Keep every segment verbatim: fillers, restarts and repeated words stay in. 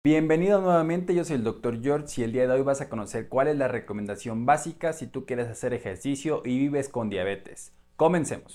Bienvenido nuevamente, yo soy el doctor George y el día de hoy vas a conocer cuál es la recomendación básica si tú quieres hacer ejercicio y vives con diabetes. Comencemos.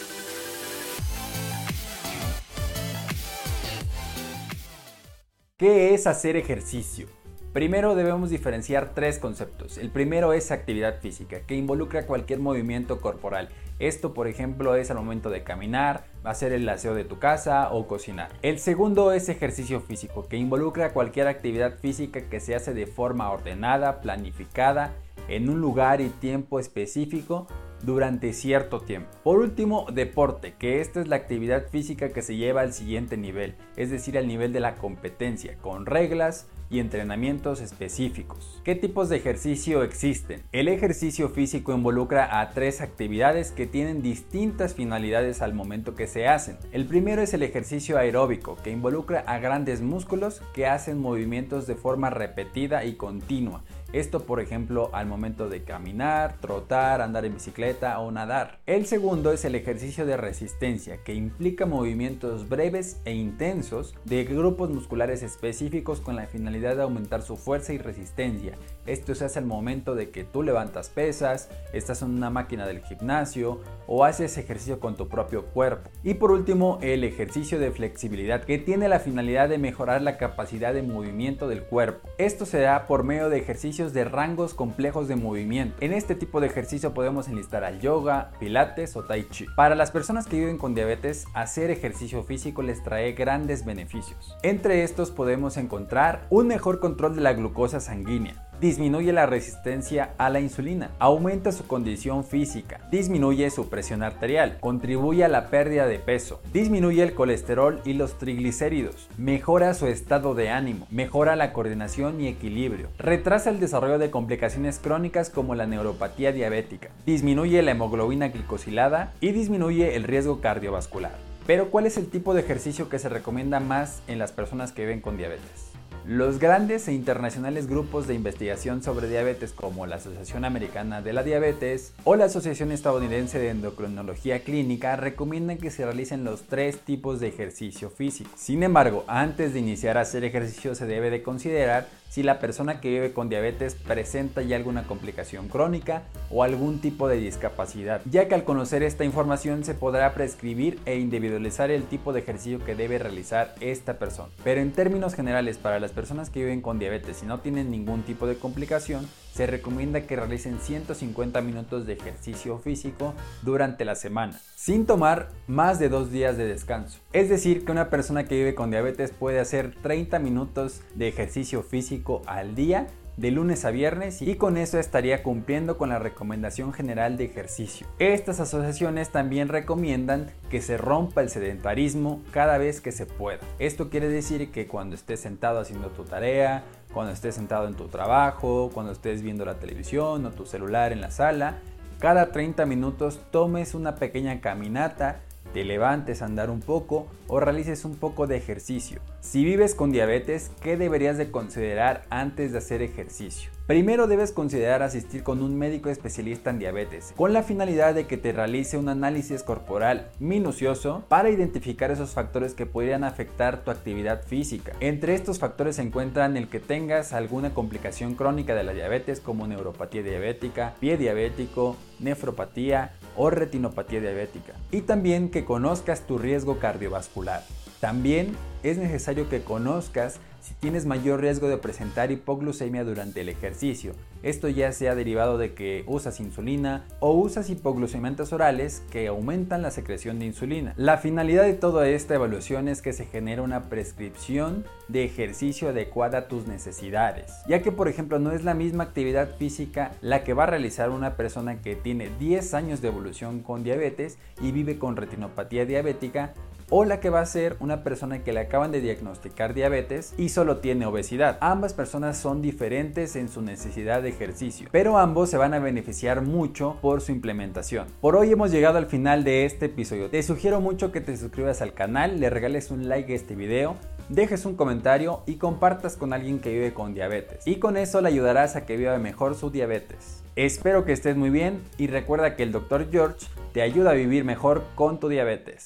¿Qué es hacer ejercicio? Primero debemos diferenciar tres conceptos. El primero es actividad física, que involucra cualquier movimiento corporal. Esto, por ejemplo, es al momento de caminar, hacer el aseo de tu casa o cocinar. El segundo es ejercicio físico, que involucra cualquier actividad física que se hace de forma ordenada, planificada, en un lugar y tiempo específico durante cierto tiempo. Por último, deporte, que esta es la actividad física que se lleva al siguiente nivel, es decir, al nivel de la competencia, con reglas y entrenamientos específicos. ¿Qué tipos de ejercicio existen? El ejercicio físico involucra a tres actividades que tienen distintas finalidades al momento que se hacen. El primero es el ejercicio aeróbico, que involucra a grandes músculos que hacen movimientos de forma repetida y continua. Esto, por ejemplo, al momento de caminar, trotar, andar en bicicleta o nadar. El segundo es el ejercicio de resistencia, que implica movimientos breves e intensos de grupos musculares específicos con la finalidad de aumentar su fuerza y resistencia. Esto se hace al momento de que tú levantas pesas, estás en una máquina del gimnasio o haces ejercicio con tu propio cuerpo. Y por último, el ejercicio de flexibilidad, que tiene la finalidad de mejorar la capacidad de movimiento del cuerpo. Esto se da por medio de ejercicios de rangos complejos de movimiento. En este tipo de ejercicio podemos enlistar al yoga, pilates o tai chi. Para las personas que viven con diabetes, hacer ejercicio físico les trae grandes beneficios. Entre estos podemos encontrar un mejor control de la glucosa sanguínea, disminuye la resistencia a la insulina, aumenta su condición física, disminuye su presión arterial, contribuye a la pérdida de peso, disminuye el colesterol y los triglicéridos, mejora su estado de ánimo, mejora la coordinación y equilibrio, retrasa el desarrollo de complicaciones crónicas como la neuropatía diabética, disminuye la hemoglobina glicosilada y disminuye el riesgo cardiovascular. Pero ¿cuál es el tipo de ejercicio que se recomienda más en las personas que viven con diabetes? Los grandes e internacionales grupos de investigación sobre diabetes como la Asociación Americana de la Diabetes o la Asociación Estadounidense de Endocrinología Clínica recomiendan que se realicen los tres tipos de ejercicio físico. Sin embargo, antes de iniciar a hacer ejercicio se debe de considerar si la persona que vive con diabetes presenta ya alguna complicación crónica o algún tipo de discapacidad, ya que al conocer esta información se podrá prescribir e individualizar el tipo de ejercicio que debe realizar esta persona. Pero en términos generales, para las personas que viven con diabetes y no tienen ningún tipo de complicación, se recomienda que realicen ciento cincuenta minutos de ejercicio físico durante la semana, sin tomar más de dos días de descanso. Es decir, que una persona que vive con diabetes puede hacer treinta minutos de ejercicio físico al día, de lunes a viernes, y con eso estaría cumpliendo con la recomendación general de ejercicio. Estas asociaciones también recomiendan que se rompa el sedentarismo cada vez que se pueda. Esto quiere decir que cuando estés sentado haciendo tu tarea, cuando estés sentado en tu trabajo, cuando estés viendo la televisión o tu celular en la sala, cada treinta minutos tomes una pequeña caminata, te levantes a andar un poco o realices un poco de ejercicio. Si vives con diabetes, ¿qué deberías de considerar antes de hacer ejercicio? Primero debes considerar asistir con un médico especialista en diabetes, con la finalidad de que te realice un análisis corporal minucioso para identificar esos factores que podrían afectar tu actividad física. Entre estos factores se encuentran el que tengas alguna complicación crónica de la diabetes como neuropatía diabética, pie diabético, nefropatía o retinopatía diabética, y también que conozcas tu riesgo cardiovascular. También es necesario que conozcas si tienes mayor riesgo de presentar hipoglucemia durante el ejercicio. Esto ya sea derivado de que usas insulina o usas hipoglucemiantes orales que aumentan la secreción de insulina. La finalidad de toda esta evaluación es que se genere una prescripción de ejercicio adecuada a tus necesidades, ya que por ejemplo no es la misma actividad física la que va a realizar una persona que tiene diez años de evolución con diabetes y vive con retinopatía diabética, o la que va a ser una persona que le acaban de diagnosticar diabetes y solo tiene obesidad. Ambas personas son diferentes en su necesidad de ejercicio, pero ambos se van a beneficiar mucho por su implementación. Por hoy hemos llegado al final de este episodio. Te sugiero mucho que te suscribas al canal, le regales un like a este video, dejes un comentario y compartas con alguien que vive con diabetes. Y con eso le ayudarás a que viva mejor su diabetes. Espero que estés muy bien y recuerda que el doctor George te ayuda a vivir mejor con tu diabetes.